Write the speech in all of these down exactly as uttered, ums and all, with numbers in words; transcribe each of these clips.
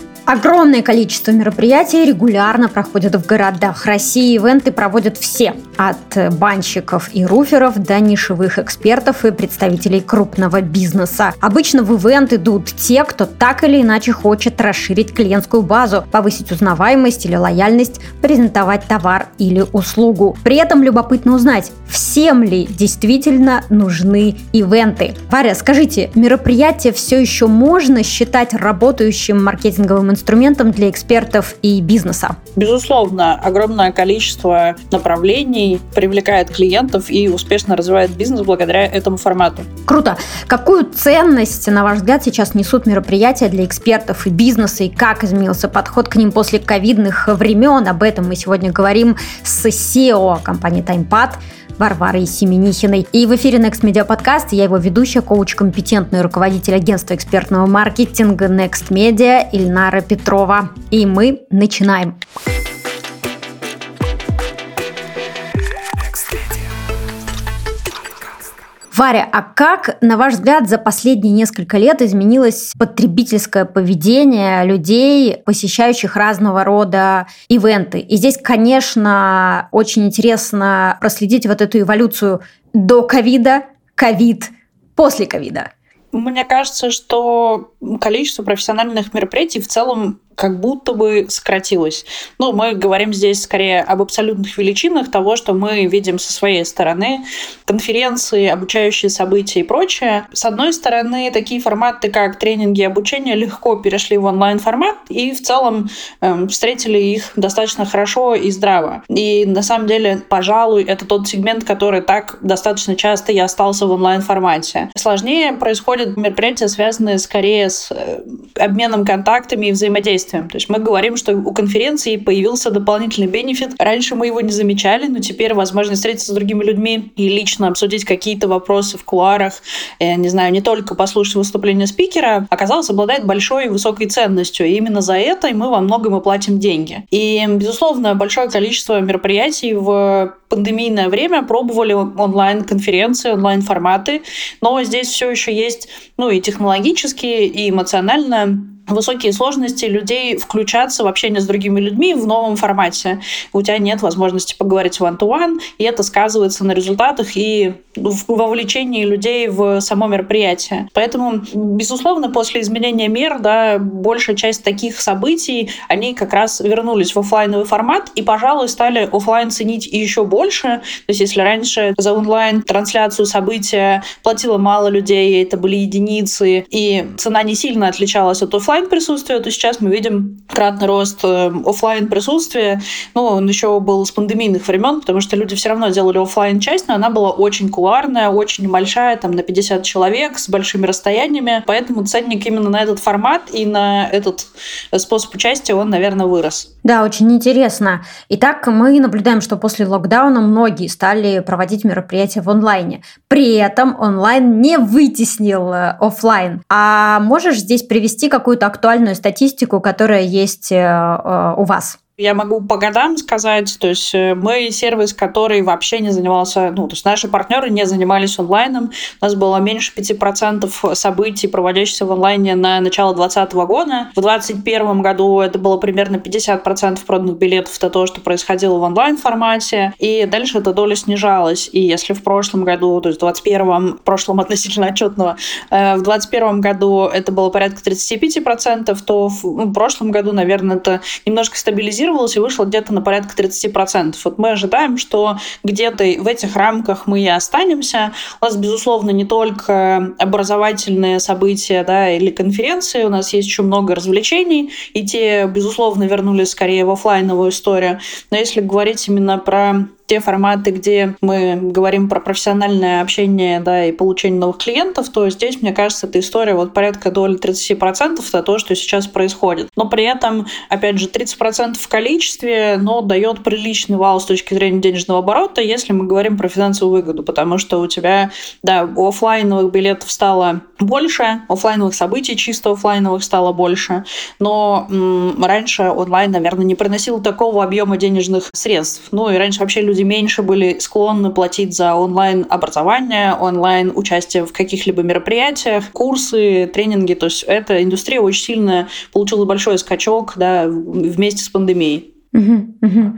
Огромное количество мероприятий регулярно проходят в городах России. Ивенты проводят все, от банщиков и руферов до нишевых экспертов и представителей крупного бизнеса. Обычно в ивент идут те, кто так или иначе хочет расширить клиентскую базу, повысить узнаваемость или лояльность, презентовать товар или услугу. При этом любопытно узнать, всем ли действительно нужны ивенты. Варя, скажите, мероприятие все еще можно считать работающим маркетинговым инструментом для экспертов и бизнеса? Безусловно, огромное количество направлений привлекает клиентов и успешно развивает бизнес благодаря этому формату. Круто. Какую ценность, на ваш взгляд, сейчас несут мероприятия для экспертов и бизнеса, и как изменился подход к ним после ковидных времен? Об этом мы сегодня говорим с си и о компании TimePad Варварой Семенихиной. И в эфире Next Media Podcast я его ведущая, коуч, компетентный руководитель агентства экспертного маркетинга Next Media Ильнара Петрова. И мы начинаем. Варя, а как, на ваш взгляд, за последние несколько лет изменилось потребительское поведение людей, посещающих разного рода ивенты? И здесь, конечно, очень интересно проследить вот эту эволюцию до ковида, ковид, после ковида. Мне кажется, что количество профессиональных мероприятий в целом как будто бы сократилось. Ну, мы говорим здесь скорее об абсолютных величинах того, что мы видим со своей стороны. Конференции, обучающие события и прочее. С одной стороны, такие форматы, как тренинги и обучение, легко перешли в онлайн-формат и в целом э, встретили их достаточно хорошо и здраво. И на самом деле, пожалуй, это тот сегмент, который так достаточно часто и остался в онлайн-формате. Сложнее происходят мероприятия, связанные скорее с э, обменом контактами и взаимодействием. То есть мы говорим, что у конференции появился дополнительный бенефит. Раньше мы его не замечали, но теперь возможность встретиться с другими людьми и лично обсудить какие-то вопросы в кулуарах, я не знаю, не только послушать выступление спикера, оказалось, обладает большой и высокой ценностью. И именно за это мы во многом и платим деньги. И, безусловно, большое количество мероприятий в пандемийное время пробовали онлайн-конференции, онлайн-форматы, но здесь все еще есть, ну, и технологические, и эмоционально высокие сложности людей включаться в общение с другими людьми в новом формате. У тебя нет возможности поговорить one-to-one, и это сказывается на результатах и в вовлечении людей в само мероприятие. Поэтому, безусловно, после изменения мер, да, большая часть таких событий, они как раз вернулись в офлайновый формат и, пожалуй, стали офлайн ценить еще больше. То есть если раньше за онлайн-трансляцию события платило мало людей, это были единицы, и цена не сильно отличалась от офлайн присутствия, то сейчас мы видим кратный рост офлайн присутствия. Ну, он еще был с пандемийных времен, потому что люди все равно делали офлайн часть, но она была очень кулуарная, очень большая, там на пятьдесят человек, с большими расстояниями. Поэтому ценник именно на этот формат и на этот способ участия, он, наверное, вырос. Да, очень интересно. Итак, мы наблюдаем, что после локдауна многие стали проводить мероприятия в онлайне. При этом онлайн не вытеснил офлайн. А можешь здесь привести какую-то актуальную статистику, которая есть у вас? Я могу по годам сказать, то есть мы сервис, который вообще не занимался, ну, то есть наши партнеры не занимались онлайном. У нас было меньше пяти процентов событий, проводящихся в онлайне на начало двадцатого года. В двадцать первом году это было примерно пятьдесят процентов проданных билетов, это то, что происходило в онлайн-формате. И дальше эта доля снижалась. И если в прошлом году, то есть в двадцать первом, в прошлом относительно отчетного, в двадцать первом году это было порядка тридцать пять процентов, то в, ну, в прошлом году, наверное, это немножко стабилизировалось и вышло где-то на порядка тридцать процентов. Вот мы ожидаем, что где-то в этих рамках мы и останемся. У нас, безусловно, не только образовательные события, да, или конференции, у нас есть еще много развлечений, и те, безусловно, вернулись скорее в офлайновую историю. Но если говорить именно про те форматы, где мы говорим про профессиональное общение, да, и получение новых клиентов, то здесь, мне кажется, эта история вот порядка доли тридцать процентов, это то, что сейчас происходит. Но при этом, опять же, тридцать процентов в количестве, но дает приличный вал с точки зрения денежного оборота, если мы говорим про финансовую выгоду, потому что у тебя, да, офлайновых билетов стало больше, офлайновых событий чисто офлайновых стало больше, но м- раньше онлайн, наверное, не приносил такого объема денежных средств. Ну и раньше вообще люди люди меньше были склонны платить за онлайн-образование, онлайн-участие в каких-либо мероприятиях, курсы, тренинги. То есть эта индустрия очень сильно получила большой скачок, да, вместе с пандемией. Угу, угу.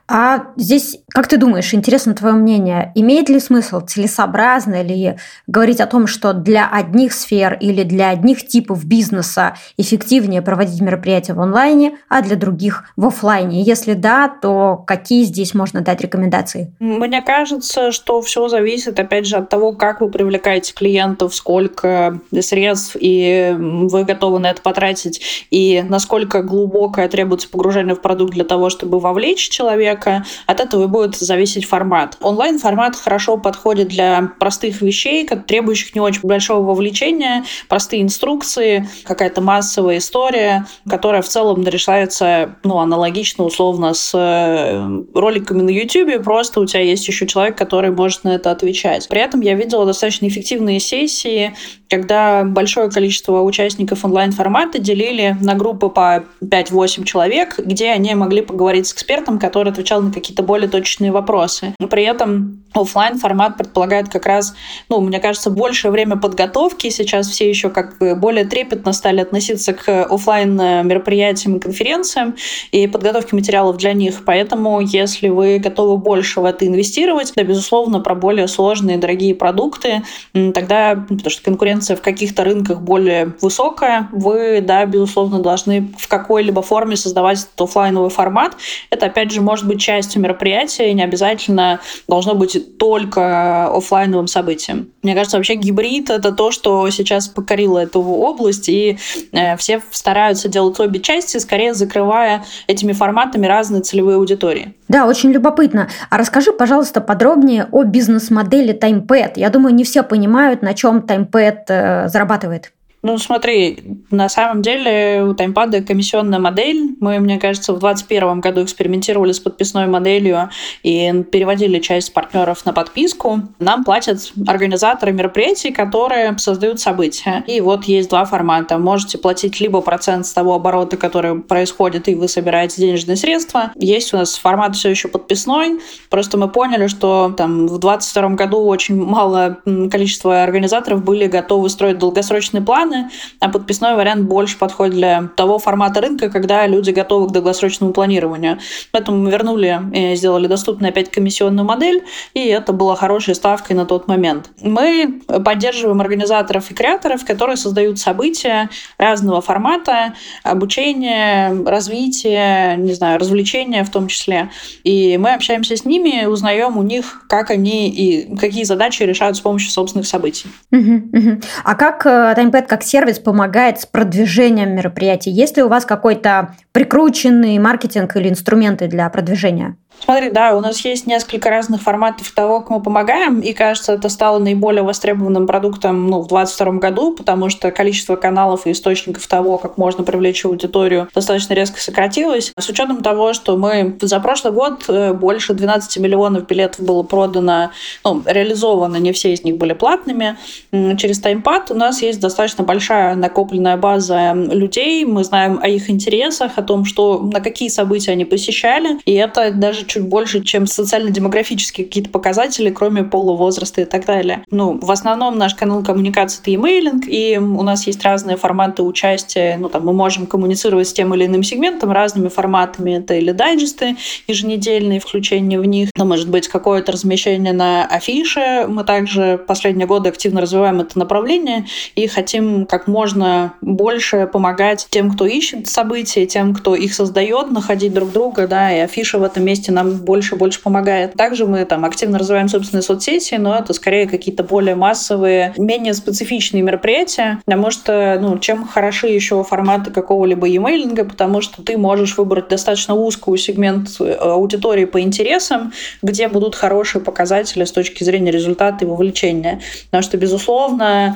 А здесь, как ты думаешь, интересно твое мнение, имеет ли смысл, целесообразно ли говорить о том, что для одних сфер или для одних типов бизнеса эффективнее проводить мероприятия в онлайне, а для других в офлайне? Если да, то какие здесь можно дать рекомендации? Мне кажется, что все зависит, опять же, от того, как вы привлекаете клиентов, сколько средств и вы готовы на это потратить, и насколько глубокое требуется погружение в продукт для того, чтобы вовлечь человека. От этого и будет зависеть формат. Онлайн-формат хорошо подходит для простых вещей, требующих не очень большого вовлечения, простые инструкции, какая-то массовая история, которая в целом решается, ну, аналогично, условно, с роликами на YouTube. Просто у тебя есть еще человек, который может на это отвечать. При этом я видела достаточно эффективные сессии, когда большое количество участников онлайн-формата делили на группы по пять-восемь человек, где они могли поговорить с экспертом, который отвечал на какие-то более точные вопросы. При этом офлайн-формат предполагает как раз, ну, мне кажется, большее время подготовки. Сейчас все еще как бы более трепетно стали относиться к офлайн мероприятиям и конференциям и подготовке материалов для них. Поэтому, если вы готовы больше в это инвестировать, то, безусловно, про более сложные, дорогие продукты, тогда, потому что конкуренция в каких-то рынках более высокая, вы, да, безусловно, должны в какой-либо форме создавать этот офлайновый формат. Это, опять же, может быть частью мероприятия, и не обязательно должно быть только офлайновым событием. Мне кажется, вообще гибрид — это то, что сейчас покорило эту область, и э, все стараются делать обе части, скорее закрывая этими форматами разные целевые аудитории. Да, очень любопытно. А расскажи, пожалуйста, подробнее о бизнес-модели TimePad. Я думаю, не все понимают, на чем TimePad э, зарабатывает. Ну, смотри, на самом деле у TimePad комиссионная модель. Мы, мне кажется, в двадцать первом году экспериментировали с подписной моделью и переводили часть партнеров на подписку. Нам платят организаторы мероприятий, которые создают события. И вот есть два формата. Можете платить либо процент с того оборота, который происходит, и вы собираете денежные средства. Есть у нас формат все еще подписной. Просто мы поняли, что там в двадцать втором году очень мало количество организаторов были готовы строить долгосрочный план, а подписной вариант больше подходит для того формата рынка, когда люди готовы к долгосрочному планированию. Поэтому мы вернули и сделали доступную опять комиссионную модель, и это была хорошей ставкой на тот момент. Мы поддерживаем организаторов и креаторов, которые создают события разного формата, обучение, развитие, не знаю, развлечения в том числе. И мы общаемся с ними, узнаем у них, как они и какие задачи решают с помощью собственных событий. Угу, угу. А как TimePad как сервис помогает с продвижением мероприятий? Есть ли у вас какой-то прикрученный маркетинг или инструменты для продвижения? Смотри, да, у нас есть несколько разных форматов того, как мы помогаем, и, кажется, это стало наиболее востребованным продуктом ну, в двадцать втором году, потому что количество каналов и источников того, как можно привлечь аудиторию, достаточно резко сократилось. С учетом того, что мы за прошлый год больше двенадцать миллионов билетов было продано, ну, реализовано, не все из них были платными, через TimePad у нас есть достаточно большая накопленная база людей, мы знаем о их интересах, о том, что, на какие события они посещали, и это даже чуть больше, чем социально-демографические какие-то показатели, кроме пола, возраста и так далее. Ну, в основном наш канал коммуникации — это e-mailing, и у нас есть разные форматы участия. Ну, там мы можем коммуницировать с тем или иным сегментом разными форматами. Это или дайджесты еженедельные, включение в них. Это может быть какое-то размещение на афише. Мы также последние годы активно развиваем это направление и хотим как можно больше помогать тем, кто ищет события, тем, кто их создает, находить друг друга, да, и афиша в этом месте нам больше и больше помогает. Также мы там активно развиваем собственные соцсети, но это скорее какие-то более массовые, менее специфичные мероприятия, потому что, ну, чем хороши еще форматы какого-либо e-mailинга, потому что ты можешь выбрать достаточно узкую сегмент аудитории по интересам, где будут хорошие показатели с точки зрения результата и вовлечения. Потому что, безусловно,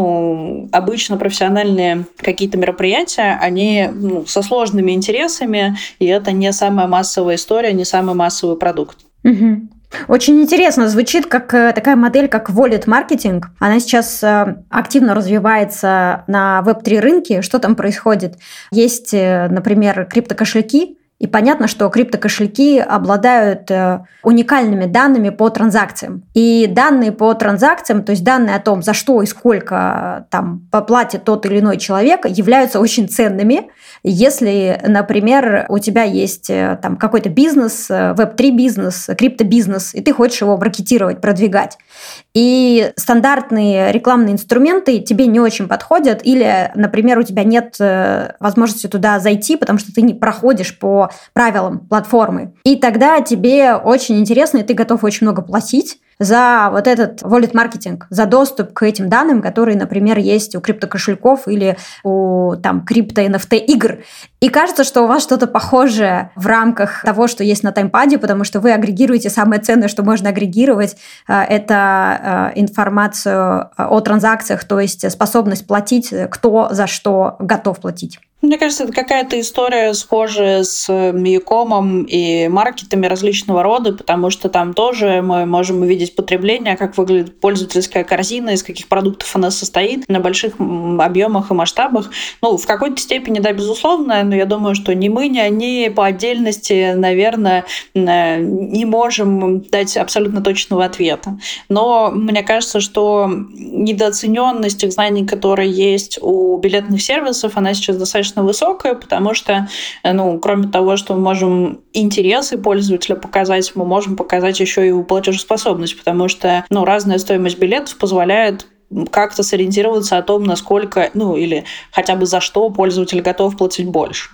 ну, обычно профессиональные какие-то мероприятия, они ну, со сложными интересами, и это не самая массовая история, не самый массовый продукт. Угу. Очень интересно. Звучит как такая модель, как wallet маркетинг. Она сейчас активно развивается на веб три рынке. Что там происходит? Есть, например, криптокошельки, И понятно, что криптокошельки обладают уникальными данными по транзакциям. И данные по транзакциям, то есть данные о том, за что и сколько там поплатит тот или иной человек, являются очень ценными. Если, например, у тебя есть там какой-то бизнес, веб три бизнес, криптобизнес, и ты хочешь его маркетировать, продвигать, и стандартные рекламные инструменты тебе не очень подходят, или, например, у тебя нет возможности туда зайти, потому что ты не проходишь по правилам платформы, и тогда тебе очень интересно, и ты готов очень много платить за вот этот wallet-маркетинг, за доступ к этим данным, которые, например, есть у криптокошельков или у там крипто-эн эф ти-игр. И кажется, что у вас что-то похожее в рамках того, что есть на таймпаде, потому что вы агрегируете самое ценное, что можно агрегировать, это информацию о транзакциях, то есть способность платить, кто за что готов платить. Мне кажется, это какая-то история схожая с Якомом и маркетами различного рода, потому что там тоже мы можем увидеть потребление, как выглядит пользовательская корзина, из каких продуктов она состоит, на больших объемах и масштабах. Ну, в какой-то степени, да, безусловно, но я думаю, что ни мы, ни они по отдельности, наверное, не можем дать абсолютно точного ответа. Но мне кажется, что недооцененность тех знаний, которые есть у билетных сервисов, она сейчас достаточно высокая, потому что, ну, кроме того, что мы можем интересы пользователя показать, мы можем показать еще и платежеспособность, потому что, ну, разная стоимость билетов позволяет как-то сориентироваться о том, насколько, ну, или хотя бы за что пользователь готов платить больше.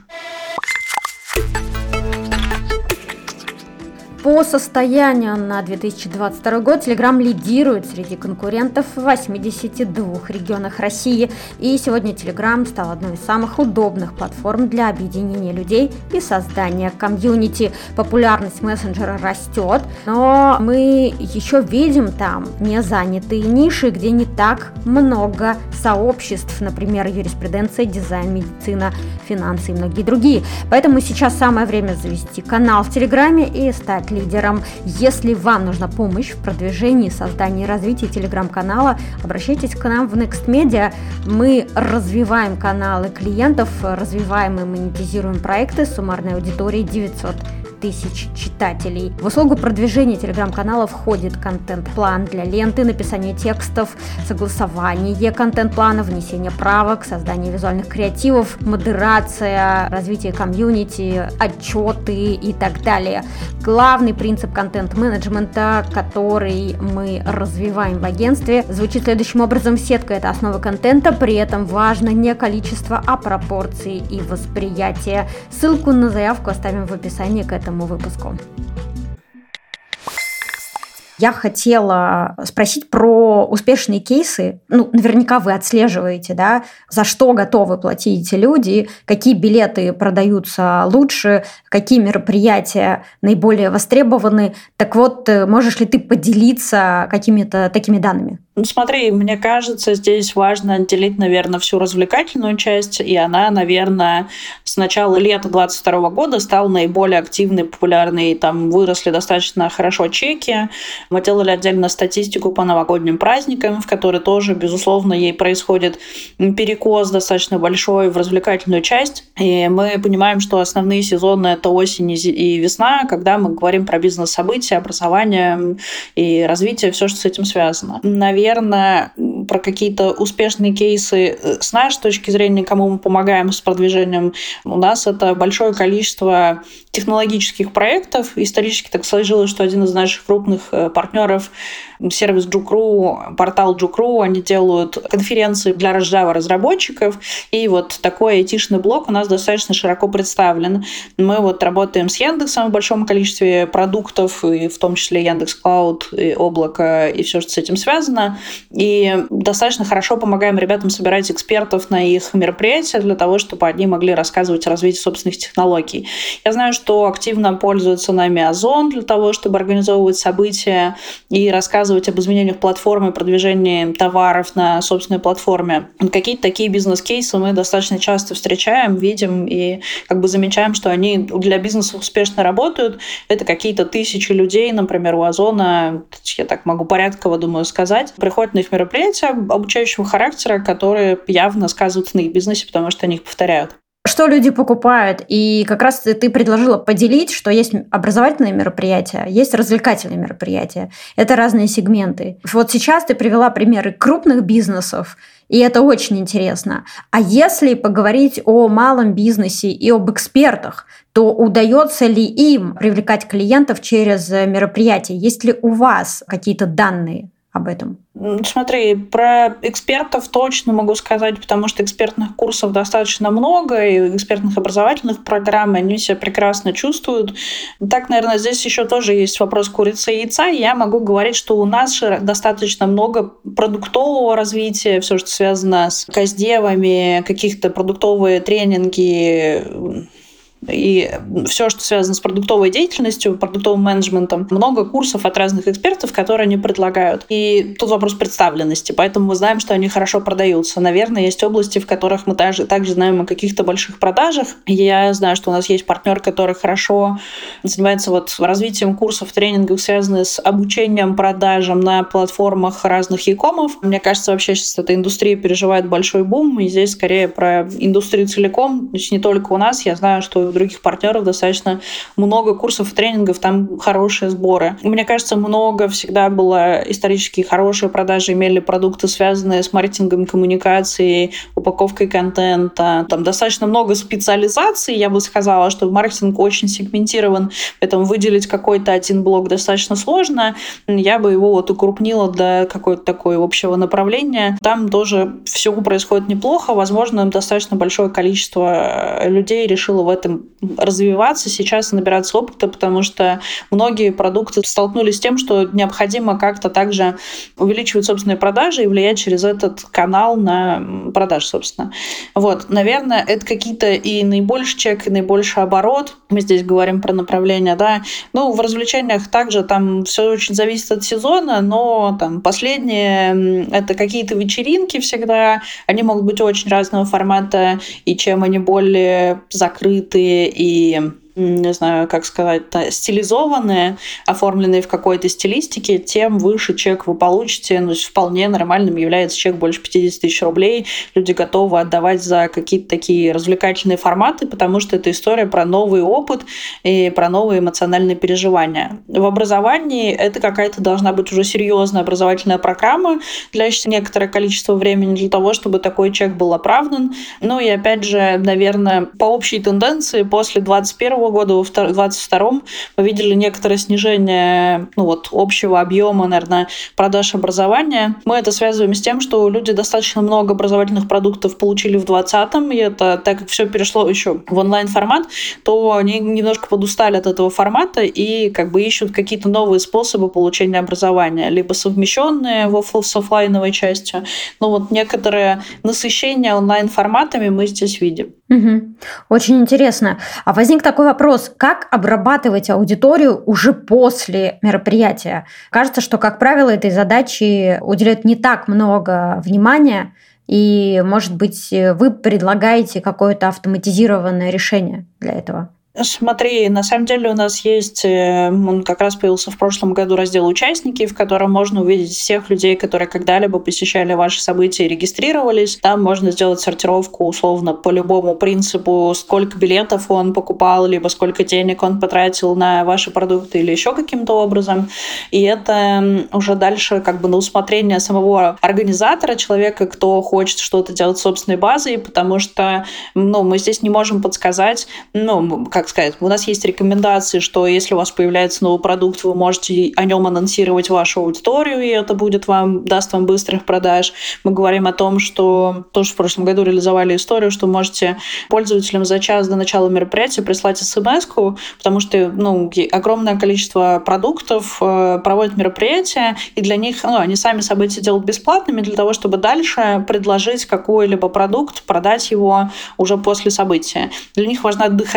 По состоянию на две тысячи двадцать второй год Telegram лидирует среди конкурентов в восьмидесяти двух регионах России. И сегодня Telegram стал одной из самых удобных платформ для объединения людей и создания комьюнити. Популярность мессенджера растет, но мы еще видим там незанятые ниши, где не так много сообществ, например, юриспруденция, дизайн, медицина, финансы и многие другие. Поэтому сейчас самое время завести канал в Телеграме и стать лидером. Если вам нужна помощь в продвижении, создании и развитии телеграм-канала, обращайтесь к нам в Next Media. Мы развиваем каналы клиентов, развиваем и монетизируем проекты с суммарной аудиторией девятьсот тысяч читателей. В услугу продвижения телеграм-канала входит контент-план для ленты, написание текстов, согласование контент-плана, внесение правок, создание визуальных креативов, модерация, развитие комьюнити, отчеты и так далее. Главный принцип контент-менеджмента, который мы развиваем в агентстве, звучит следующим образом: сетка – это основа контента, при этом важно не количество, а пропорции и восприятие. Ссылку на заявку оставим в описании к этому выпуску. Я хотела спросить про успешные кейсы. Ну, наверняка вы отслеживаете, да, за что готовы платить люди, какие билеты продаются лучше, какие мероприятия наиболее востребованы. Так вот, можешь ли ты поделиться какими-то такими данными? Ну, смотри, мне кажется, здесь важно отделить, наверное, всю развлекательную часть, и она, наверное, с начала лета двадцать второго года стала наиболее активной, популярной, там выросли достаточно хорошо чеки. Мы делали отдельно статистику по новогодним праздникам, в которой тоже, безусловно, ей происходит перекос достаточно большой в развлекательную часть, и мы понимаем, что основные сезоны — это осень и весна, когда мы говорим про бизнес-события, образование и развитие, все, что с этим связано. Наверное, Наверное, про какие-то успешные кейсы с нашей точки зрения, кому мы помогаем с продвижением, у нас это большое количество технологических проектов. Исторически так сложилось, что один из наших крупных партнеров, сервис Juke.ru, портал Juke.ru, они делают конференции для Java-разработчиков, и вот такой айтишный блок у нас достаточно широко представлен. Мы вот работаем с Яндексом в большом количестве продуктов, и в том числе Яндекс.Клауд, и облако, и все, что с этим связано. И достаточно хорошо помогаем ребятам собирать экспертов на их мероприятия для того, чтобы они могли рассказывать о развитии собственных технологий. Я знаю, что активно пользуется нами Озон для того, чтобы организовывать события и рассказывать об изменениях платформы, продвижении товаров на собственной платформе. Какие-то такие бизнес-кейсы мы достаточно часто встречаем, видим и как бы замечаем, что они для бизнеса успешно работают. Это какие-то тысячи людей, например, у Озона, я так могу порядково, думаю, сказать, приходят на их мероприятия обучающего характера, которые явно сказываются на их бизнесе, потому что они их повторяют. что люди покупают. И как раз ты предложила поделить, что есть образовательные мероприятия, есть развлекательные мероприятия. Это разные сегменты. Вот сейчас ты привела примеры крупных бизнесов, и это очень интересно. А если поговорить о малом бизнесе и об экспертах, то удается ли им привлекать клиентов через мероприятия? Есть ли у вас какие-то данные об этом? Смотри, про экспертов точно могу сказать, потому что экспертных курсов достаточно много, и экспертных образовательных программ, и они себя прекрасно чувствуют. Так, наверное, здесь еще тоже есть вопрос курицы и яйца. Я могу говорить, что у нас достаточно много продуктового развития, все, что связано с каздевами, каких-то продуктовые тренинги, и все, что связано с продуктовой деятельностью, продуктовым менеджментом, много курсов от разных экспертов, которые они предлагают. И тут вопрос представленности, поэтому мы знаем, что они хорошо продаются. Наверное, есть области, в которых мы также, также знаем о каких-то больших продажах. Я знаю, что у нас есть партнер, который хорошо занимается вот развитием курсов, тренингов, связанных с обучением продажам на платформах разных e-комов. Мне кажется, вообще сейчас эта индустрия переживает большой бум, и здесь скорее про индустрию целиком, то есть не только у нас. Я знаю, что у других партнеров достаточно много курсов и тренингов, там хорошие сборы. Мне кажется, много всегда было исторически хорошие продажи, имели продукты, связанные с маркетингом, коммуникацией, упаковкой контента. Там достаточно много специализаций, я бы сказала, что маркетинг очень сегментирован, поэтому выделить какой-то один блок достаточно сложно. Я бы его вот укрупнила до какого-то такого общего направления. Там тоже все происходит неплохо, возможно, достаточно большое количество людей решило в этом развиваться сейчас и набираться опыта, потому что многие продукты столкнулись с тем, что необходимо как-то также увеличивать собственные продажи и влиять через этот канал на продажи, собственно. Вот, наверное, это какие-то и наибольший чек, и наибольший оборот. Мы здесь говорим про направление, да. Ну, в развлечениях также там все очень зависит от сезона, но там последние — это какие-то вечеринки всегда. Они могут быть очень разного формата, и чем они более закрытые и, не знаю, как сказать, стилизованные, оформленные в какой-то стилистике, тем выше чек вы получите. Ну, вполне нормальным является чек больше пятьдесят тысяч рублей. Люди готовы отдавать за какие-то такие развлекательные форматы, потому что это история про новый опыт и про новые эмоциональные переживания. В образовании это какая-то должна быть уже серьезная образовательная программа, длящаяся некоторое количество времени для того, чтобы такой чек был оправдан. Ну и опять же, наверное, по общей тенденции после двадцать первого года, в двадцать втором мы видели некоторое снижение ну, вот, общего объема, наверное, продаж образования. Мы это связываем с тем, что люди достаточно много образовательных продуктов получили в двадцатом, и это, так как все перешло еще в онлайн-формат, то они немножко подустали от этого формата и как бы ищут какие-то новые способы получения образования, либо совмещенные с офлайновой частью. Но вот некоторое насыщение онлайн-форматами мы здесь видим. Угу. Очень интересно. А возник такой вопрос, как обрабатывать аудиторию уже после мероприятия? Кажется, что, как правило, этой задаче уделяют не так много внимания, и, может быть, вы предлагаете какое-то автоматизированное решение для этого? Смотри, на самом деле у нас есть, он как раз появился в прошлом году, раздел «Участники», в котором можно увидеть всех людей, которые когда-либо посещали ваши события и регистрировались. Там можно сделать сортировку условно по любому принципу, сколько билетов он покупал, либо сколько денег он потратил на ваши продукты или еще каким-то образом. И это уже дальше как бы на усмотрение самого организатора, человека, кто хочет что-то делать с собственной базой, потому что ну, мы здесь не можем подсказать, ну, как сказать, у нас есть рекомендации, что если у вас появляется новый продукт, вы можете о нем анонсировать вашу аудиторию, и это будет вам, даст вам быстрых продаж. Мы говорим о том, что тоже в прошлом году реализовали историю, что можете пользователям за час до начала мероприятия прислать смс-ку, потому что ну, огромное количество продуктов э, проводят мероприятия, и для них ну, они сами события делают бесплатными для того, чтобы дальше предложить какой-либо продукт, продать его уже после события. Для них важна доходимость,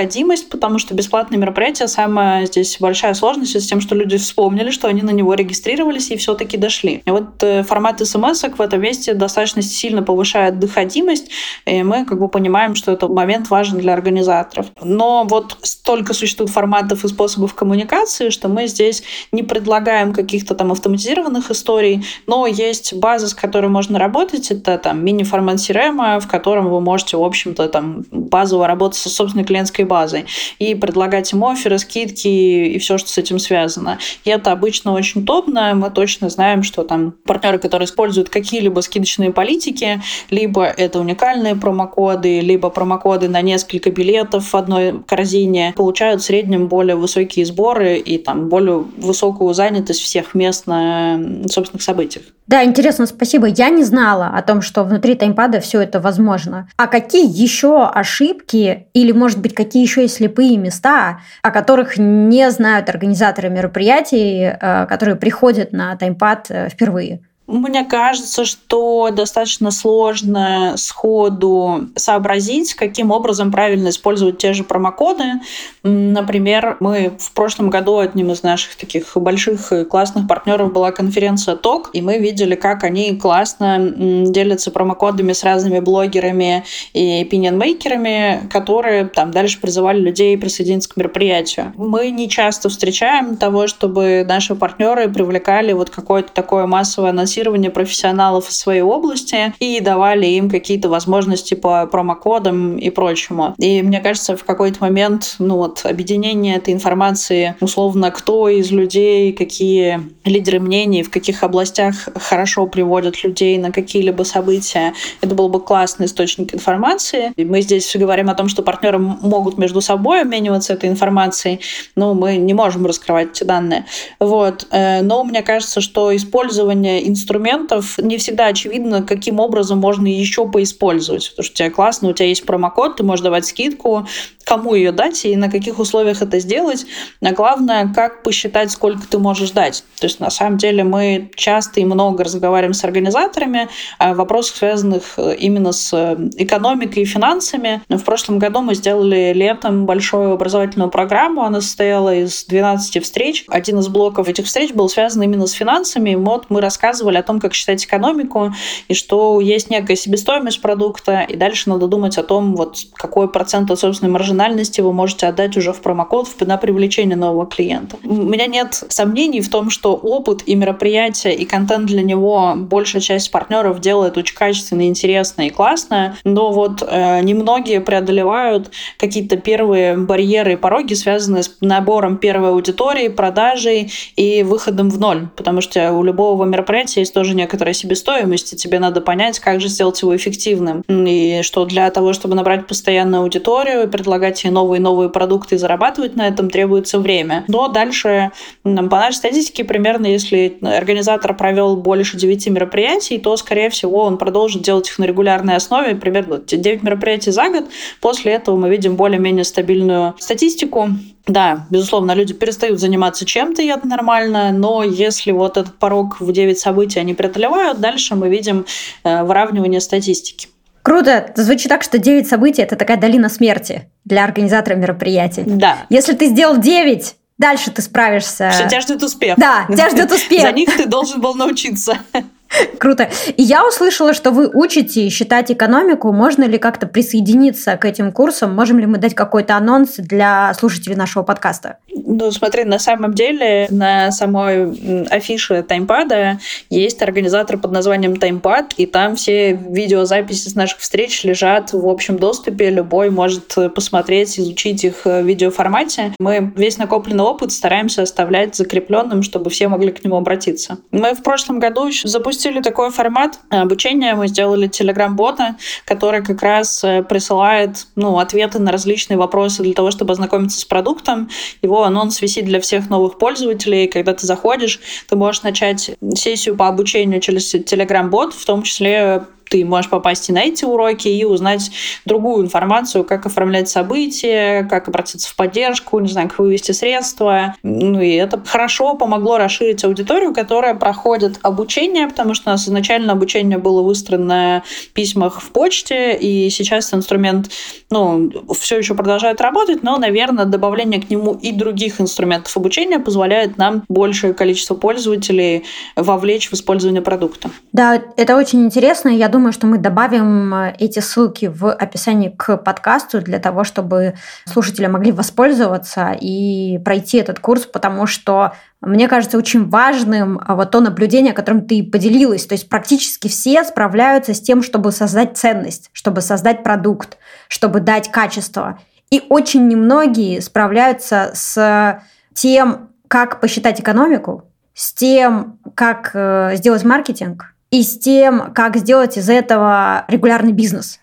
потому что бесплатные мероприятия, самая здесь большая сложность с тем, что люди вспомнили, что они на него регистрировались и все-таки дошли. И вот формат смс-ок в этом месте достаточно сильно повышает доходимость, и мы как бы понимаем, что этот момент важен для организаторов. Но вот столько существует форматов и способов коммуникации, что мы здесь не предлагаем каких-то там автоматизированных историй, но есть база, с которой можно работать. Это там мини-формат си эр эм, в котором вы можете, в общем-то, там базово работать со собственной клиентской базой и предлагать им офферы, скидки и все, что с этим связано. И это обычно очень удобно. Мы точно знаем, что там партнеры, которые используют какие-либо скидочные политики, либо это уникальные промокоды, либо промокоды на несколько билетов в одной корзине, получают в среднем более высокие сборы и там более высокую занятость всех мест на собственных событиях. Да, интересно, спасибо. Я не знала о том, что внутри таймпада все это возможно. А какие еще ошибки или, может быть, какие еще есть слепые места, о которых не знают организаторы мероприятий, которые приходят на таймпад впервые? Мне кажется, что достаточно сложно сходу сообразить, каким образом правильно использовать те же промокоды. Например, мы в прошлом году одним из наших таких больших и классных партнеров была конференция ток, и мы видели, как они классно делятся промокодами с разными блогерами и opinion-мейкерами, которые там дальше призывали людей присоединиться к мероприятию. Мы не часто встречаем того, чтобы наши партнеры привлекали вот какое-то такое массовое анонсирование профессионалов из своей области и давали им какие-то возможности по промокодам и прочему. И мне кажется, в какой-то момент ну вот, объединение этой информации, условно, кто из людей, какие лидеры мнений, в каких областях хорошо приводят людей на какие-либо события, это был бы классный источник информации. И мы здесь говорим о том, что партнеры могут между собой обмениваться этой информацией, но мы не можем раскрывать эти данные. Вот. Но мне кажется, что использование инструментов инструментов не всегда очевидно, каким образом можно еще поиспользовать. Потому что у тебя классно, у тебя есть промокод, ты можешь давать скидку, кому ее дать и на каких условиях это сделать. А главное, как посчитать, сколько ты можешь дать. То есть, на самом деле, мы часто и много разговариваем с организаторами о вопросах, связанных именно с экономикой и финансами. В прошлом году мы сделали летом большую образовательную программу. Она состояла из двенадцати встреч. Один из блоков этих встреч был связан именно с финансами. Вот мы рассказывали о том, как считать экономику, и что есть некая себестоимость продукта, и дальше надо думать о том, вот какой процент от собственной маржинальности вы можете отдать уже в промокод на привлечение нового клиента. У меня нет сомнений в том, что опыт и мероприятие, и контент для него большая часть партнеров делает очень качественно, интересно и классно, но вот э, немногие преодолевают какие-то первые барьеры и пороги, связанные с набором первой аудитории, продажей и выходом в ноль, потому что у любого мероприятия есть тоже некоторая себестоимость, и тебе надо понять, как же сделать его эффективным. И что для того, чтобы набрать постоянную аудиторию, предлагать ей новые и новые продукты и зарабатывать на этом, требуется время. Но дальше, по нашей статистике, примерно, если организатор провел больше девяти мероприятий, то, скорее всего, он продолжит делать их на регулярной основе, примерно девять мероприятий за год. После этого мы видим более-менее стабильную статистику. Да, безусловно, люди перестают заниматься чем-то, и это нормально, но если вот этот порог в девять событий они преодолевают, дальше мы видим э, выравнивание статистики. Круто. Это звучит так, что девять событий – это такая долина смерти для организатора мероприятий. Да. Если ты сделал девять, дальше ты справишься. Все, тебя ждет успех. Да, тебя ждет успех. За них ты должен был научиться. Круто. И я услышала, что вы учите считать экономику. Можно ли как-то присоединиться к этим курсам? Можем ли мы дать какой-то анонс для слушателей нашего подкаста? Ну, смотри, на самом деле на самой афише таймпада есть организатор под названием Таймпад, и там все видеозаписи с наших встреч лежат в общем доступе. Любой может посмотреть, изучить их в видеоформате. Мы весь накопленный опыт стараемся оставлять закрепленным, чтобы все могли к нему обратиться. Мы в прошлом году еще запустили такой формат обучения. Мы сделали телеграм-бота, который как раз присылает ну, ответы на различные вопросы для того, чтобы ознакомиться с продуктом. Его анонс висит для всех новых пользователей. Когда ты заходишь, ты можешь начать сессию по обучению через телеграм-бот, в том числе ты можешь попасть и на эти уроки, и узнать другую информацию, как оформлять события, как обратиться в поддержку, не знаю, как вывести средства. Ну и это хорошо помогло расширить аудиторию, которая проходит обучение, потому что у нас изначально обучение было выстроено на письмах в почте, и сейчас этот инструмент, ну, все еще продолжает работать, но, наверное, добавление к нему и других инструментов обучения позволяет нам большее количество пользователей вовлечь в использование продукта. Да, это очень интересно. Я думаю, Думаю, что мы добавим эти ссылки в описании к подкасту для того, чтобы слушатели могли воспользоваться и пройти этот курс, потому что мне кажется очень важным вот то наблюдение, которым ты поделилась. То есть практически все справляются с тем, чтобы создать ценность, чтобы создать продукт, чтобы дать качество. И очень немногие справляются с тем, как посчитать экономику, с тем, как сделать маркетинг, и с тем, как сделать из этого регулярный бизнес.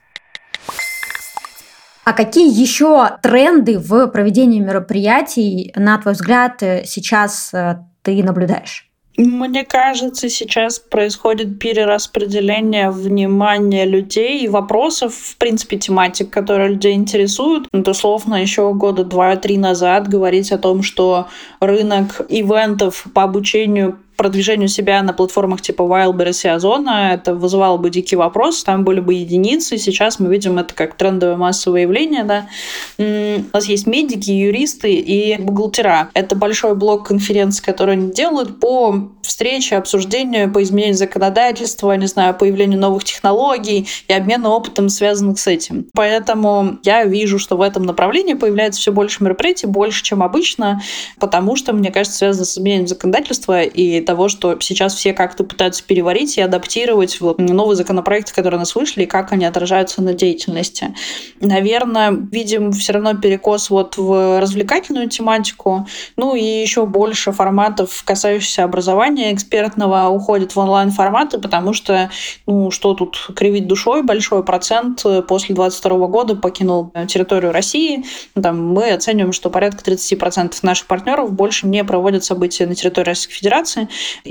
А какие еще тренды в проведении мероприятий, на твой взгляд, сейчас ты наблюдаешь? Мне кажется, сейчас происходит перераспределение внимания людей и вопросов, в принципе, тематик, которые людей интересуют. Это условно еще года два-три назад говорить о том, что рынок ивентов по обучению продвижению себя на платформах типа Wildberries и Озона, это вызывало бы дикий вопрос, там были бы единицы, сейчас мы видим это как трендовое массовое явление. Да? У нас есть медики, юристы и бухгалтера. Это большой блок конференций, которые они делают по встрече, обсуждению, по изменению законодательства, не знаю, появлению новых технологий и обмену опытом, связанных с этим. Поэтому я вижу, что в этом направлении появляется все больше мероприятий, больше, чем обычно, потому что, мне кажется, связано с изменением законодательства и того, что сейчас все как-то пытаются переварить и адаптировать вот новые законопроекты, которые у нас вышли, и как они отражаются на деятельности. Наверное, видим все равно перекос вот в развлекательную тематику, ну и еще больше форматов, касающихся образования экспертного, уходит в онлайн-форматы, потому что, ну, что тут кривить душой, большой процент после двадцать второго года покинул территорию России. Там мы оцениваем, что порядка тридцать процентов наших партнеров больше не проводят события на территории Российской Федерации.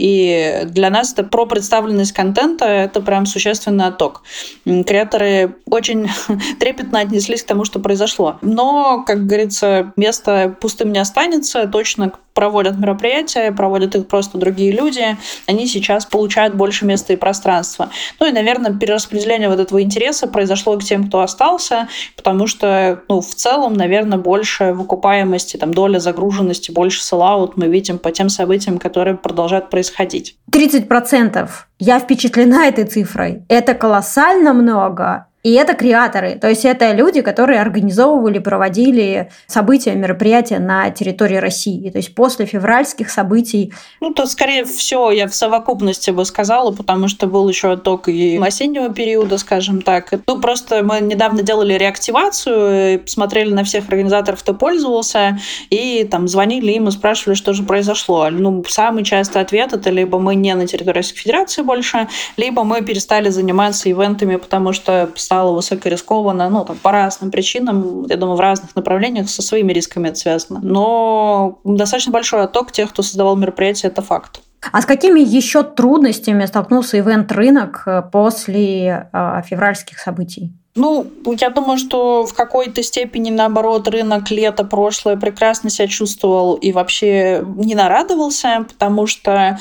И для нас это про представленность контента, это прям существенный отток. Креаторы очень трепетно отнеслись к тому, что произошло. Но, как говорится, место пустым не останется, точно проводят мероприятия, проводят их просто другие люди, они сейчас получают больше места и пространства. Ну и, наверное, перераспределение вот этого интереса произошло к тем, кто остался, потому что, ну, в целом, наверное, больше в окупаемости, там, доля загруженности, больше селл-аут мы видим по тем событиям, которые продолжают происходить. тридцать процентов. Я впечатлена этой цифрой. Это колоссально много. И это креаторы, то есть это люди, которые организовывали, проводили события, мероприятия на территории России. То есть после февральских событий. Ну, то, скорее всего, я в совокупности бы сказала, потому что был еще отток и осеннего периода, скажем так. Ну, просто мы недавно делали реактивацию, посмотрели на всех организаторов, кто пользовался, и там звонили им и спрашивали, что же произошло. Ну, самый частый ответ — это либо мы не на территории Российской Федерации больше, либо мы перестали заниматься ивентами, потому что стало высокорискованно, ну, там, по разным причинам, я думаю, в разных направлениях со своими рисками это связано. Но достаточно большой отток тех, кто создавал мероприятия, это факт. А с какими еще трудностями столкнулся ивент-рынок после э, февральских событий? Ну, я думаю, что в какой-то степени, наоборот, рынок лета прошлое прекрасно себя чувствовал и вообще не нарадовался, потому что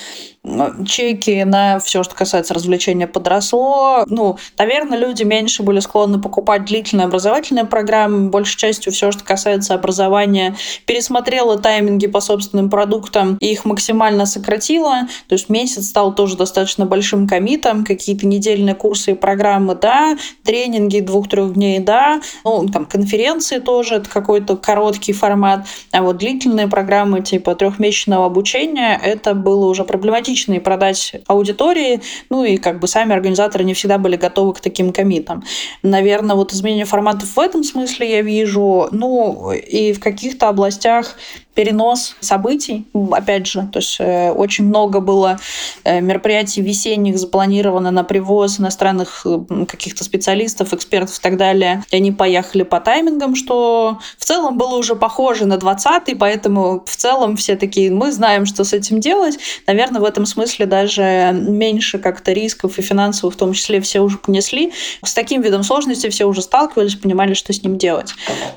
чеки на все, что касается развлечения, подросло. Ну, наверное, люди меньше были склонны покупать длительные образовательные программы. Большей частью все, что касается образования, пересмотрела тайминги по собственным продуктам и их максимально сократила. То есть месяц стал тоже достаточно большим коммитом. Какие-то недельные курсы и программы, да, тренинги двух-трех дней, да, ну, там, конференции тоже, это какой-то короткий формат. А вот длительные программы типа трехмесячного обучения, это было уже проблематично и продать аудитории, ну и как бы сами организаторы не всегда были готовы к таким коммитам. Наверное, вот изменение форматов в этом смысле я вижу, ну и в каких-то областях перенос событий, опять же, то есть э, очень много было э, мероприятий весенних запланировано на привоз иностранных э, каких-то специалистов, экспертов и так далее, и они поехали по таймингам, что в целом было уже похоже на двадцатый, поэтому в целом все такие, мы знаем, что с этим делать. Наверное, в этом этом смысле даже меньше как-то рисков и финансовых в том числе все уже понесли. С таким видом сложности все уже сталкивались, понимали, что с ним делать.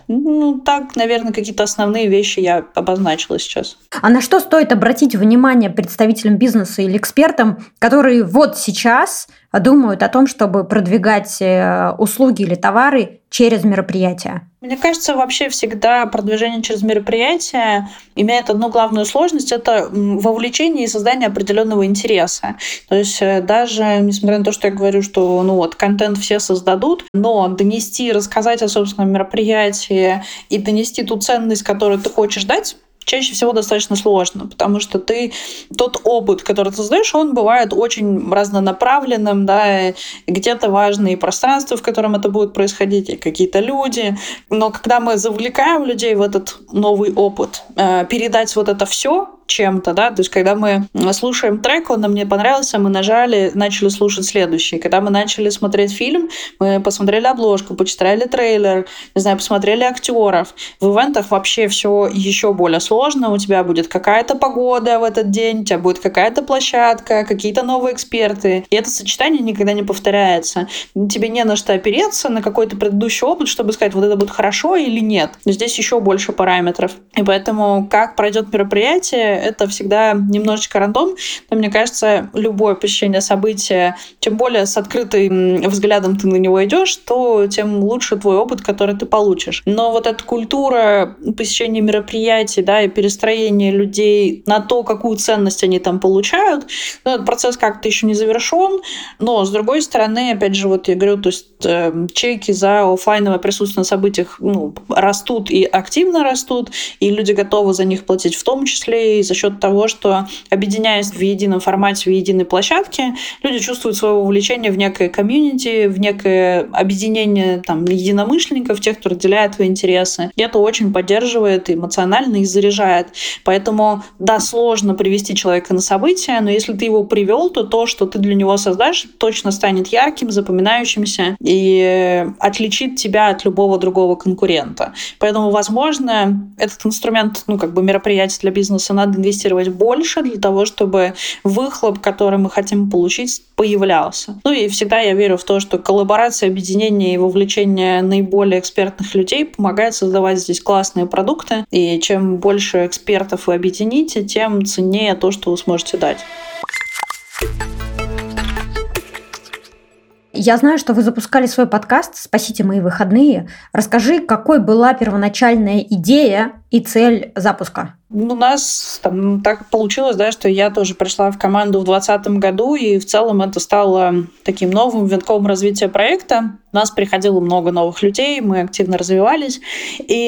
Ну, так, наверное, какие-то основные вещи я обозначила сейчас. А на что стоит обратить внимание представителям бизнеса или экспертам, которые вот сейчас думают о том, чтобы продвигать услуги или товары через мероприятия? Мне кажется, вообще всегда продвижение через мероприятие имеет одну главную сложность – это вовлечение и создание определенного интереса. То есть даже несмотря на то, что я говорю, что ну вот контент все создадут, но донести, рассказать о собственном мероприятии и донести ту ценность, которую ты хочешь дать, чаще всего достаточно сложно, потому что ты тот опыт, который ты создаешь, он бывает очень разнонаправленным, да, где-то важны и пространство, в котором это будет происходить, и какие-то люди. Но когда мы завлекаем людей в этот новый опыт, передать вот это все чем-то, да, то есть когда мы слушаем трек, он нам не понравился, мы нажали, начали слушать следующий. Когда мы начали смотреть фильм, мы посмотрели обложку, почитали трейлер, не знаю, посмотрели актеров. В ивентах вообще все еще более сложно. У тебя будет какая-то погода в этот день, у тебя будет какая-то площадка, какие-то новые эксперты. И это сочетание никогда не повторяется. Тебе не на что опереться, на какой-то предыдущий опыт, чтобы сказать, вот это будет хорошо или нет. Но здесь еще больше параметров. И поэтому, как пройдет мероприятие, это всегда немножечко рандом, но мне кажется, любое посещение события, чем более с открытым взглядом ты на него идешь, то тем лучше твой опыт, который ты получишь. Но вот эта культура посещения мероприятий, да, и перестроение людей на то, какую ценность они там получают, ну, этот процесс как-то еще не завершен, но с другой стороны, опять же, вот я говорю, то есть э, чеки за офлайновое присутствие на событиях ну, растут и активно растут, и люди готовы за них платить в том числе и за счет того, что, объединяясь в едином формате, в единой площадке, люди чувствуют свое вовлечение в некое комьюнити, в некое объединение там, единомышленников, тех, кто разделяет твои интересы. И это очень поддерживает эмоционально и заряжает. Поэтому, да, сложно привести человека на событие, но если ты его привел, то то, что ты для него создашь, точно станет ярким, запоминающимся и отличит тебя от любого другого конкурента. Поэтому, возможно, этот инструмент, ну, как бы мероприятие для бизнеса надо инвестировать больше для того, чтобы выхлоп, который мы хотим получить, появлялся. Ну и всегда я верю в то, что коллаборация, объединение и вовлечение наиболее экспертных людей помогает создавать здесь классные продукты. И чем больше экспертов вы объедините, тем ценнее то, что вы сможете дать. Я знаю, что вы запускали свой подкаст «Спасите мои выходные». Расскажи, какой была первоначальная идея и цель запуска? У нас там так получилось, да, что я тоже пришла в команду в двадцатом году, и в целом это стало таким новым витком развития проекта. У нас приходило много новых людей, мы активно развивались, и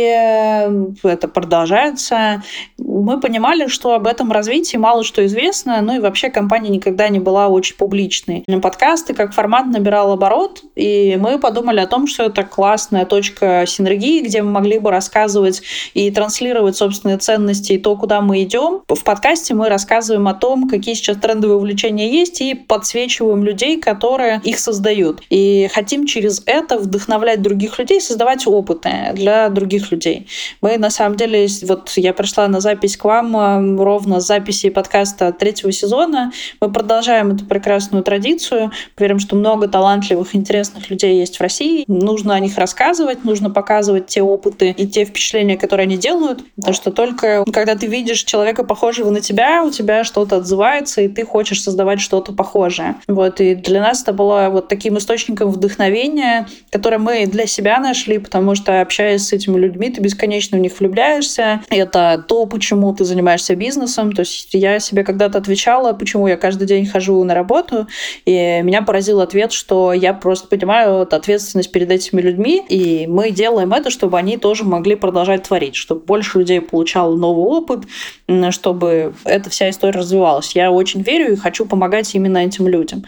это продолжается. Мы понимали, что об этом развитии мало что известно, ну и вообще компания никогда не была очень публичной. Подкасты как формат набирал оборот, и мы подумали о том, что это классная точка синергии, где мы могли бы рассказывать и транслировать собственные ценности и то, куда мы идем. В подкасте мы рассказываем о том, какие сейчас трендовые увлечения есть, и подсвечиваем людей, которые их создают. И хотим через это вдохновлять других людей, создавать опыты для других людей. Мы, на самом деле, вот я пришла на запись к вам ровно с записи подкаста третьего сезона. Мы продолжаем эту прекрасную традицию. Верим, что много талантливых, интересных людей есть в России. Нужно о них рассказывать, нужно показывать те опыты и те впечатления, которые они делают. Потому что только когда ты видишь человека, похожего на тебя, у тебя что-то отзывается, и ты хочешь создавать что-то похожее. Вот. И для нас это было вот таким источником вдохновения, которое мы для себя нашли, потому что, общаясь с этими людьми, ты бесконечно в них влюбляешься. Это то, почему ты занимаешься бизнесом. То есть я себе когда-то отвечала, почему я каждый день хожу на работу, и меня поразил ответ, что я просто понимаю ответственность перед этими людьми, и мы делаем это, чтобы они тоже могли продолжать творить, чтобы больше людей получало новый опыт, чтобы эта вся история развивалась. Я очень верю и хочу помогать именно этим людям.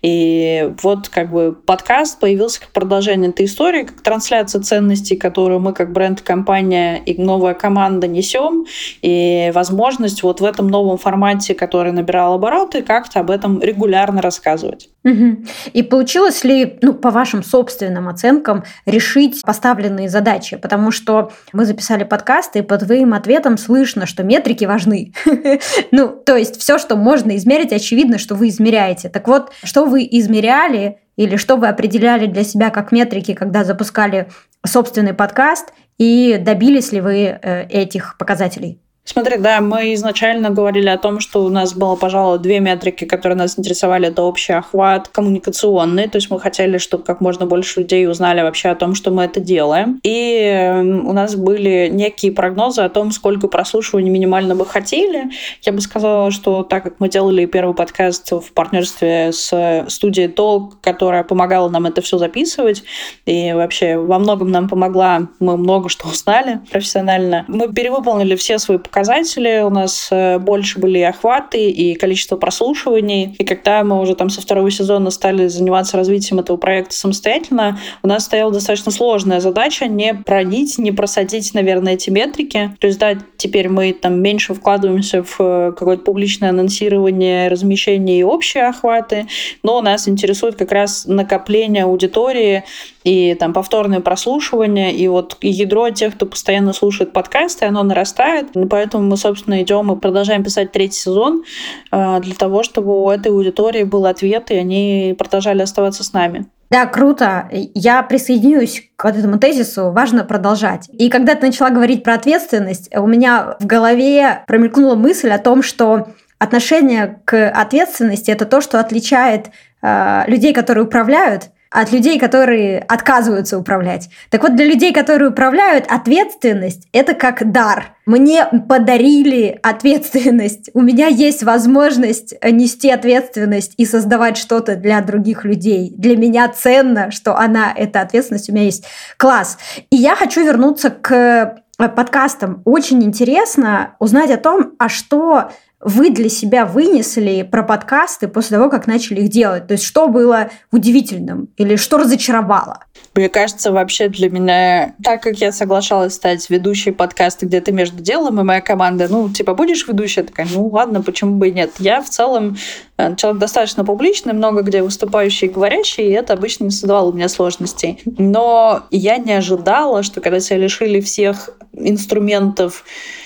И вот как бы подкаст появился как продолжение этой истории, как трансляция ценностей, которую мы как бренд-компания и новая команда несем, и возможность вот в этом новом формате, который набирал обороты, как-то об этом регулярно рассказывать. Угу. И получилось ли, ну, по вашим собственным оценкам, решить поставленные задачи? Потому что мы записали подкаст, подкасты, по твоим ответам слышно, что метрики важны. Ну, то есть все, что можно измерить, очевидно, что вы измеряете. Так вот, что вы измеряли или что вы определяли для себя как метрики, когда запускали собственный подкаст, и добились ли вы этих показателей? Смотри, да, мы изначально говорили о том, что у нас было, пожалуй, две метрики, которые нас интересовали. Это общий охват коммуникационный, то есть мы хотели, чтобы как можно больше людей узнали вообще о том, что мы это делаем. И у нас были некие прогнозы о том, сколько прослушиваний минимально бы хотели. Я бы сказала, что так как мы делали первый подкаст в партнерстве с студией Talk, которая помогала нам это все записывать, и вообще во многом нам помогла, мы много что узнали профессионально. Мы перевыполнили все свои показатели, у нас больше были и охваты, и количество прослушиваний. И когда мы уже там со второго сезона стали заниматься развитием этого проекта самостоятельно, у нас стояла достаточно сложная задача не пробить, не просадить, наверное, эти метрики. То есть, да, теперь мы там меньше вкладываемся в какое-то публичное анонсирование, размещение и общие охваты, но нас интересует как раз накопление аудитории и там повторное прослушивание, и вот ядро тех, кто постоянно слушает подкасты, оно нарастает. Поэтому мы, собственно, идем и продолжаем писать третий сезон для того, чтобы у этой аудитории был ответ, и они продолжали оставаться с нами. Да, круто. Я присоединюсь к вот этому тезису. Важно продолжать. И когда ты начала говорить про ответственность, у меня в голове промелькнула мысль о том, что отношение к ответственности – это то, что отличает э, людей, которые управляют, от людей, которые отказываются управлять. Так вот, для людей, которые управляют, ответственность – это как дар. Мне подарили ответственность. У меня есть возможность нести ответственность и создавать что-то для других людей. Для меня ценно, что она, эта ответственность у меня есть. Класс. И я хочу вернуться к подкастам. Очень интересно узнать о том, а что вы для себя вынесли про подкасты после того, как начали их делать? То есть что было удивительным или что разочаровало? Мне кажется, вообще для меня, так как я соглашалась стать ведущей подкаста «Где-то между делом», и моя команда, ну, типа, будешь ведущей? Я такая, ну, ладно, почему бы и нет. Я в целом человек достаточно публичный, много где выступающий и говорящий, и это обычно не создавало у меня сложностей. Но я не ожидала, что когда тебя лишили всех инструментов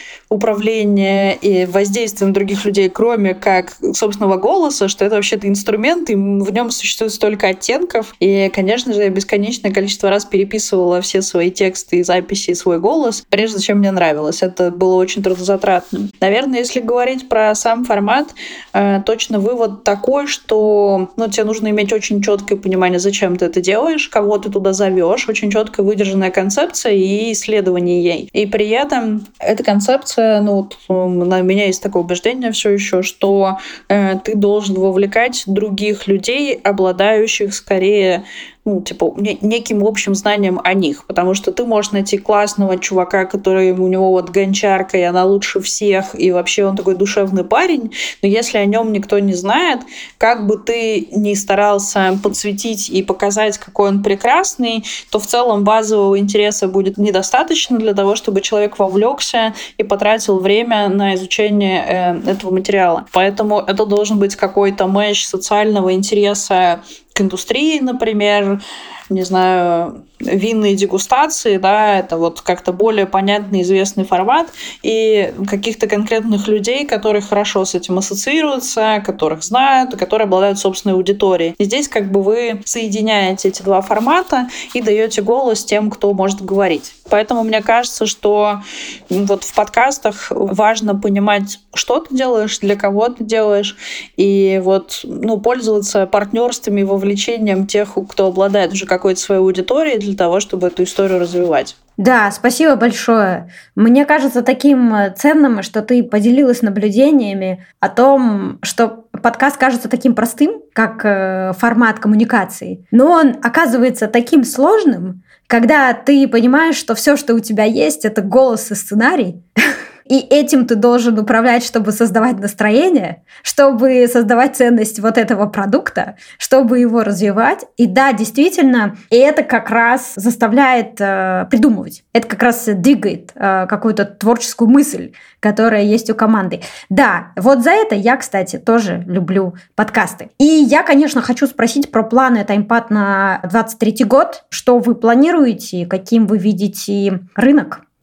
управления и воздействием других людей, кроме как собственного голоса, что это вообще-то инструмент, и в нем существует столько оттенков. И, конечно же, я бесконечное количество раз переписывала все свои тексты и записи, и свой голос, прежде чем мне нравилось. Это было очень трудозатратно. Наверное, если говорить про сам формат, точно вывод такой, что ну, тебе нужно иметь очень четкое понимание, зачем ты это делаешь, кого ты туда зовешь, очень четкая выдержанная концепция и исследование ей. И при этом эта концепция, ну, вот, у меня есть такое убеждение все еще, что э, ты должен вовлекать других людей, обладающих скорее ну, типа, неким общим знанием о них, потому что ты можешь найти классного чувака, который у него вот гончарка, и она лучше всех, и вообще он такой душевный парень, но если о нем никто не знает, как бы ты ни старался подсветить и показать, какой он прекрасный, то в целом базового интереса будет недостаточно для того, чтобы человек вовлекся и потратил время на изучение э, этого материала. Поэтому это должен быть какой-то мэч социального интереса к индустрии, например, не знаю, винные дегустации, да, это вот как-то более понятный, известный формат, и каких-то конкретных людей, которые хорошо с этим ассоциируются, которых знают, которые обладают собственной аудиторией. И здесь как бы вы соединяете эти два формата и даете голос тем, кто может говорить. Поэтому мне кажется, что вот в подкастах важно понимать, что ты делаешь, для кого ты делаешь, и вот, ну, пользоваться партнерствами и вовлечением тех, кто обладает уже какой-то своей аудиторией, для того, чтобы эту историю развивать. Да, спасибо большое. Мне кажется таким ценным, что ты поделилась наблюдениями о том, что подкаст кажется таким простым, как формат коммуникации, но он оказывается таким сложным, когда ты понимаешь, что все, что у тебя есть, это голос и сценарий. И этим ты должен управлять, чтобы создавать настроение, чтобы создавать ценность вот этого продукта, чтобы его развивать. И да, действительно, и это как раз заставляет э, придумывать. Это как раз двигает э, какую-то творческую мысль, которая есть у команды. Да, вот за это я, кстати, тоже люблю подкасты. И я, конечно, хочу спросить про планы Таймпад на двадцать третий год. Что вы планируете, каким вы видите рынок?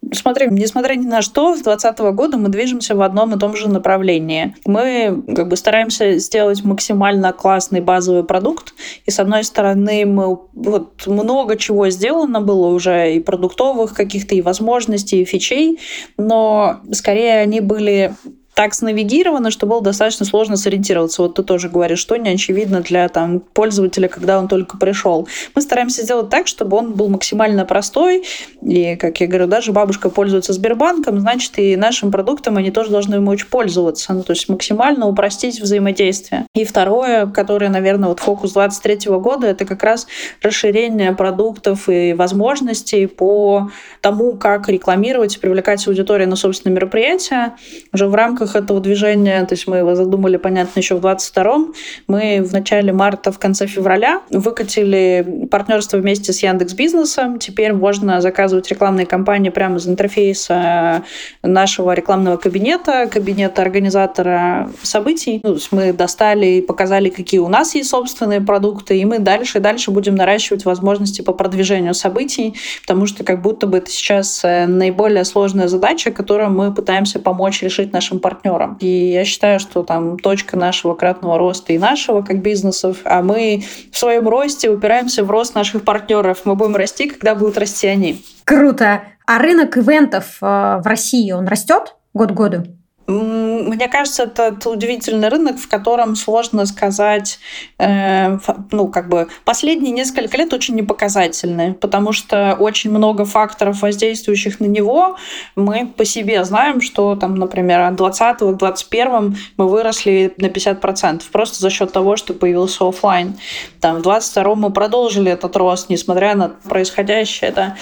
Смотри, несмотря ни на что, с двадцатого года мы движемся в одном и том же направлении. Мы как бы стараемся сделать максимально классный базовый продукт. И с одной стороны, мы вот много чего сделано было уже, и продуктовых каких-то, и возможностей, и фичей, но скорее они были так снавигировано, что было достаточно сложно сориентироваться. Вот ты тоже говоришь, что не очевидно для там, пользователя, когда он только пришел. Мы стараемся сделать так, чтобы он был максимально простой. И, как я говорю, даже бабушка пользуется Сбербанком, значит, и нашим продуктом они тоже должны мочь пользоваться. Ну, то есть максимально упростить взаимодействие. И второе, которое, наверное, вот фокус двадцать третьего года, это как раз расширение продуктов и возможностей по тому, как рекламировать и привлекать аудиторию на собственные мероприятия. Уже в рамках этого движения, то есть мы его задумали, понятно, еще в двадцать втором, мы в начале марта, в конце февраля выкатили партнерство вместе с Яндекс.Бизнесом. Теперь можно заказывать рекламные кампании прямо из интерфейса нашего рекламного кабинета, кабинета организатора событий. Ну, то есть мы достали и показали, какие у нас есть собственные продукты, и мы дальше и дальше будем наращивать возможности по продвижению событий, потому что как будто бы это сейчас наиболее сложная задача, которую мы пытаемся помочь решить нашим партнерам. партнерам. И я считаю, что там точка нашего кратного роста и нашего как бизнесов, а мы в своем росте упираемся в рост наших партнеров. Мы будем расти, когда будут расти они. Круто. А рынок ивентов в России, он растет год к году? Мне кажется, это удивительный рынок, в котором сложно сказать, э, ну, как бы последние несколько лет очень непоказательны, потому что очень много факторов, воздействующих на него. Мы по себе знаем, что, там, например, от двадцатого к двадцать первому мы выросли на пятьдесят процентов просто за счет того, что появился офлайн. Там, в двадцать втором мы продолжили этот рост, несмотря на происходящее. Да?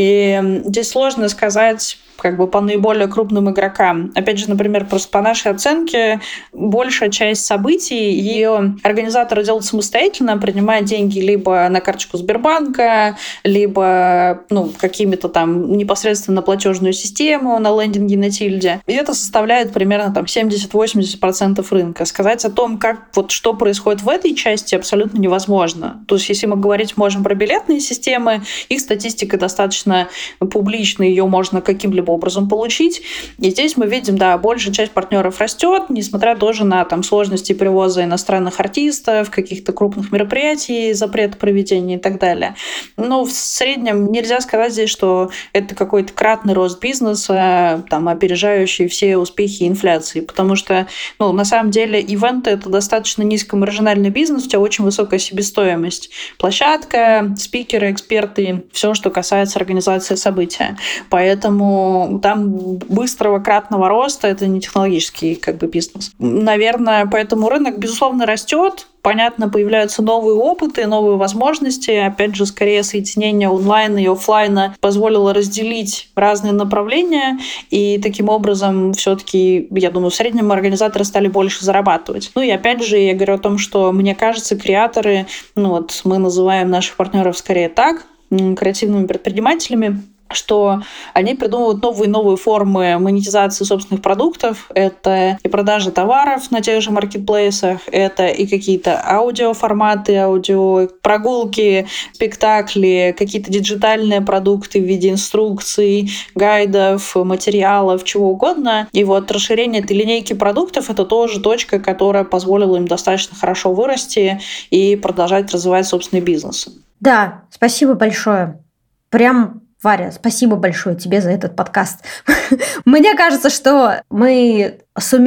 И здесь сложно сказать, как бы по наиболее крупным игрокам. Опять же, например, просто по нашей оценке, большая часть событий ее организаторы делают самостоятельно, принимая деньги либо на карточку Сбербанка, либо ну, какими-то там непосредственно платежную систему на лендинге на Тильде. И это составляет примерно там семьдесят-восемьдесят процентов рынка. Сказать о том, как вот что происходит в этой части, абсолютно невозможно. То есть, если мы говорить можем про билетные системы, их статистика достаточно публичная, ее можно каким-либо образом получить. И здесь мы видим, да, большая часть партнеров растет, несмотря тоже на там, сложности привоза иностранных артистов, каких-то крупных мероприятий, запрет проведения и так далее. Но в среднем нельзя сказать здесь, что это какой-то кратный рост бизнеса, там, опережающий все успехи инфляции, потому что ну, на самом деле ивенты — это достаточно низкомаржинальный бизнес, у тебя очень высокая себестоимость. Площадка, спикеры, эксперты, все, что касается организации события. Поэтому там быстрого кратного роста — это не технологический как бы бизнес. Наверное, поэтому рынок, безусловно, растет. Понятно, появляются новые опыты, новые возможности. Опять же, скорее соединение онлайна и офлайна позволило разделить разные направления. И таким образом, все-таки, я думаю, в среднем организаторы стали больше зарабатывать. Ну и опять же, я говорю о том, что мне кажется, креаторы, ну вот мы называем наших партнеров скорее так, креативными предпринимателями, что они придумывают новые и новые формы монетизации собственных продуктов. Это и продажа товаров на тех же маркетплейсах, это и какие-то аудиоформаты, аудиопрогулки, спектакли, какие-то диджитальные продукты в виде инструкций, гайдов, материалов, чего угодно. И вот расширение этой линейки продуктов — это тоже точка, которая позволила им достаточно хорошо вырасти и продолжать развивать собственный бизнес. Да, спасибо большое. Прям Варя, спасибо большое тебе за этот подкаст. Мне кажется, что мы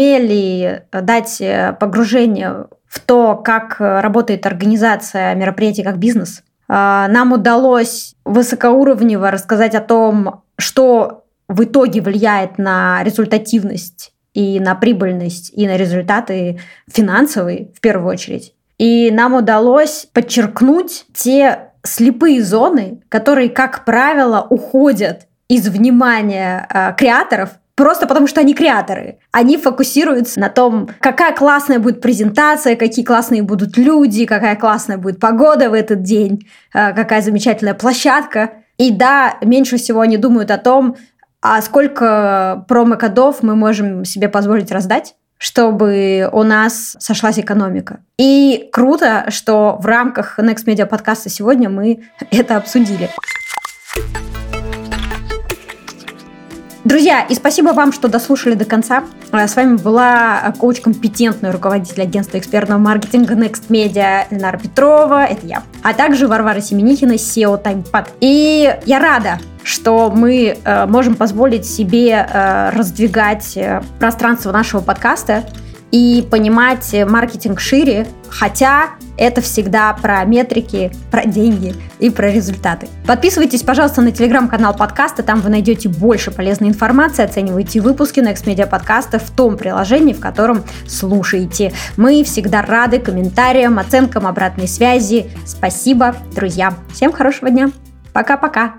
сумели дать погружение в то, как работает организация мероприятий как бизнес. Нам удалось высокоуровнево рассказать о том, что в итоге влияет на результативность и на прибыльность, и на результаты финансовые в первую очередь. И нам удалось подчеркнуть те слепые зоны, которые, как правило, уходят из внимания э, креаторов, просто потому что они креаторы. Они фокусируются на том, какая классная будет презентация, какие классные будут люди, какая классная будет погода в этот день, э, какая замечательная площадка. И да, меньше всего они думают о том, а сколько промокодов мы можем себе позволить раздать, чтобы у нас сошлась экономика. И круто, что в рамках Next Media подкаста сегодня мы это обсудили. Друзья, и спасибо вам, что дослушали до конца. С вами была коуч-компетентный руководитель агентства экспертного маркетинга Next Media Эльнара Петрова, это я, а также Варвара Семенихина, сео TimePad. И я рада, что мы э, можем позволить себе э, раздвигать э, пространство нашего подкаста и понимать маркетинг шире, хотя это всегда про метрики, про деньги и про результаты. Подписывайтесь, пожалуйста, на телеграм-канал подкаста, там вы найдете больше полезной информации, оценивайте выпуски Next Media подкаста в том приложении, в котором слушаете. Мы всегда рады комментариям, оценкам, обратной связи. Спасибо, друзья. Всем хорошего дня. Пока-пока.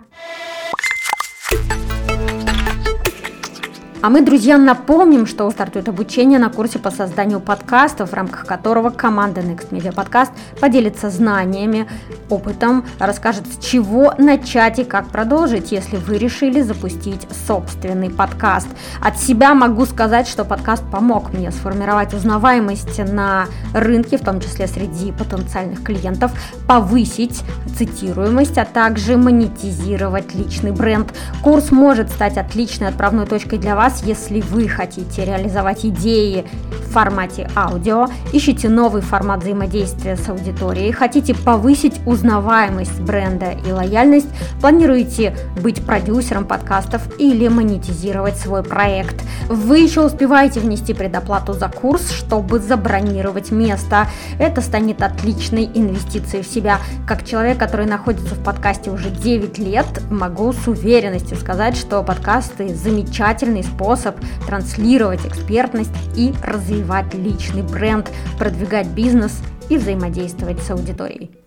А мы, друзья, напомним, что стартует обучение на курсе по созданию подкастов, в рамках которого команда Next Media Podcast поделится знаниями, опытом, расскажет, с чего начать и как продолжить, если вы решили запустить собственный подкаст. От себя могу сказать, что подкаст помог мне сформировать узнаваемость на рынке, в том числе среди потенциальных клиентов, повысить цитируемость, а также монетизировать личный бренд. Курс может стать отличной отправной точкой для вас, если вы хотите реализовать идеи в формате аудио, ищете новый формат взаимодействия с аудиторией, хотите повысить узнаваемость бренда и лояльность, планируете быть продюсером подкастов или монетизировать свой проект. Вы еще успеваете внести предоплату за курс, чтобы забронировать место. Это станет отличной инвестицией в себя. Как человек, который находится в подкасте уже девять лет, могу с уверенностью сказать, что подкасты – замечательный способ способ транслировать экспертность и развивать личный бренд, продвигать бизнес и взаимодействовать с аудиторией.